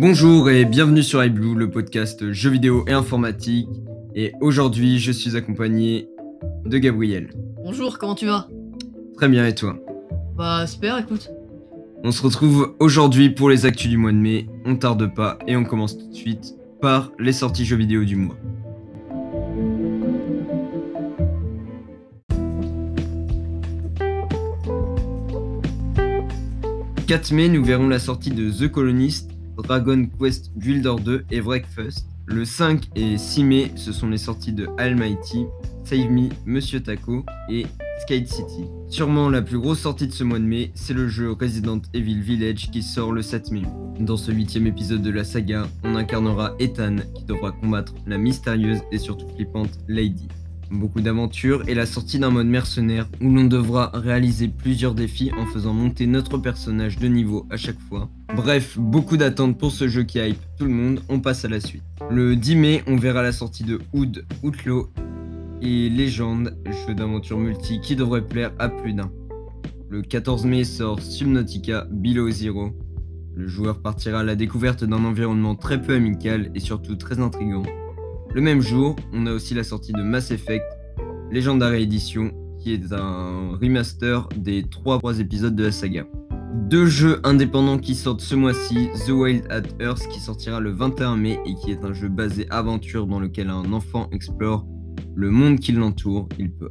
Bonjour et bienvenue sur iBlue, le podcast jeux vidéo et informatique. Et aujourd'hui, je suis accompagné de Gabriel. Bonjour, comment tu vas? Très bien, et toi? Bah super, écoute. On se retrouve aujourd'hui pour les actus du mois de mai. On tarde pas et on commence tout de suite par les sorties jeux vidéo du mois. Le 4 mai, nous verrons la sortie de The Colonist, Dragon Quest Builder 2 et Breakfast. Le 5 et 6 mai, ce sont les sorties de Almighty, Save Me, Monsieur Taco et Skate City. Sûrement la plus grosse sortie de ce mois de mai, c'est le jeu Resident Evil Village qui sort le 7 mai. Dans ce 8e épisode de la saga, on incarnera Ethan qui devra combattre la mystérieuse et surtout flippante Lady. Beaucoup d'aventures et la sortie d'un mode mercenaire où l'on devra réaliser plusieurs défis en faisant monter notre personnage de niveau à chaque fois. Bref, beaucoup d'attentes pour ce jeu qui hype tout le monde, on passe à la suite. Le 10 mai, on verra la sortie de Hood, Outlaw et Légende, jeu d'aventure multi qui devrait plaire à plus d'un. Le 14 mai sort Subnautica Below Zero. Le joueur partira à la découverte d'un environnement très peu amical et surtout très intriguant. Le même jour, on a aussi la sortie de Mass Effect Legendary Edition, qui est un remaster des 3 épisodes de la saga. 2 jeux indépendants qui sortent ce mois-ci, The Wild at Earth qui sortira le 21 mai et qui est un jeu basé aventure dans lequel un enfant explore le monde qui l'entoure. Il peut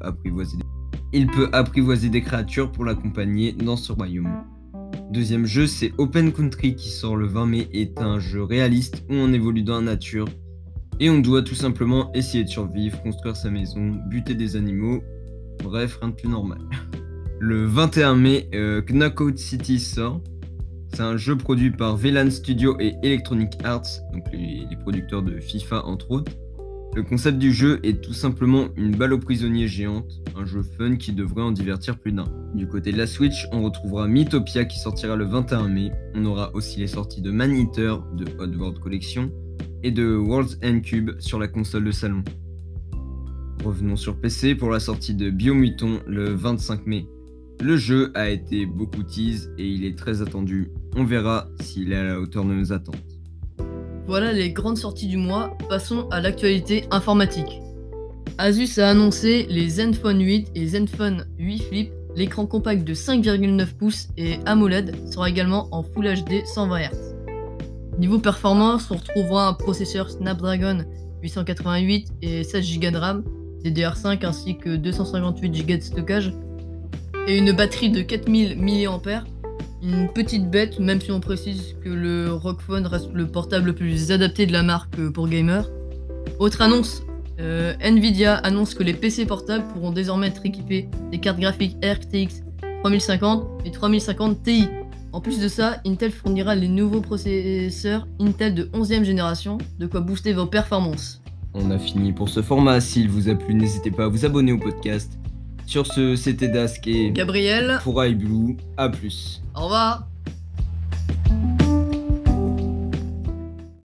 apprivoiser des créatures pour l'accompagner dans ce royaume. Deuxième jeu, c'est Open Country qui sort le 20 mai et est un jeu réaliste où on évolue dans la nature. Et on doit tout simplement essayer de survivre, construire sa maison, buter des animaux, bref, rien de plus normal. Le 21 mai, Knockout City sort. C'est un jeu produit par Velan Studio et Electronic Arts, donc les producteurs de FIFA entre autres. Le concept du jeu est tout simplement une balle aux prisonniers géante, un jeu fun qui devrait en divertir plus d'un. Du côté de la Switch, on retrouvera Mythopia qui sortira le 21 mai. On aura aussi les sorties de Man Eater de Oddworld Collection et de World's End Cube sur la console de salon. Revenons sur PC pour la sortie de Biomutant le 25 mai. Le jeu a été beaucoup tease et il est très attendu. On verra s'il est à la hauteur de nos attentes. Voilà les grandes sorties du mois, passons à l'actualité informatique. Asus a annoncé les Zenfone 8 et Zenfone 8 Flip. L'écran compact de 5,9 pouces et AMOLED sera également en Full HD 120 Hz. Niveau performance, on retrouvera un processeur Snapdragon 888 et 16 Go de RAM, DDR5 ainsi que 258 Go de stockage et une batterie de 4000 mAh. Une petite bête, même si on précise que le ROG Phone reste le portable le plus adapté de la marque pour gamers. Autre annonce, Nvidia annonce que les PC portables pourront désormais être équipés des cartes graphiques RTX 3050 et 3050 Ti. En plus de ça, Intel fournira les nouveaux processeurs Intel de 11e génération, de quoi booster vos performances. On a fini pour ce format, s'il vous a plu, n'hésitez pas à vous abonner au podcast. Sur ce, c'était Dask et Gabriel, pour iBlue, à plus. au revoir.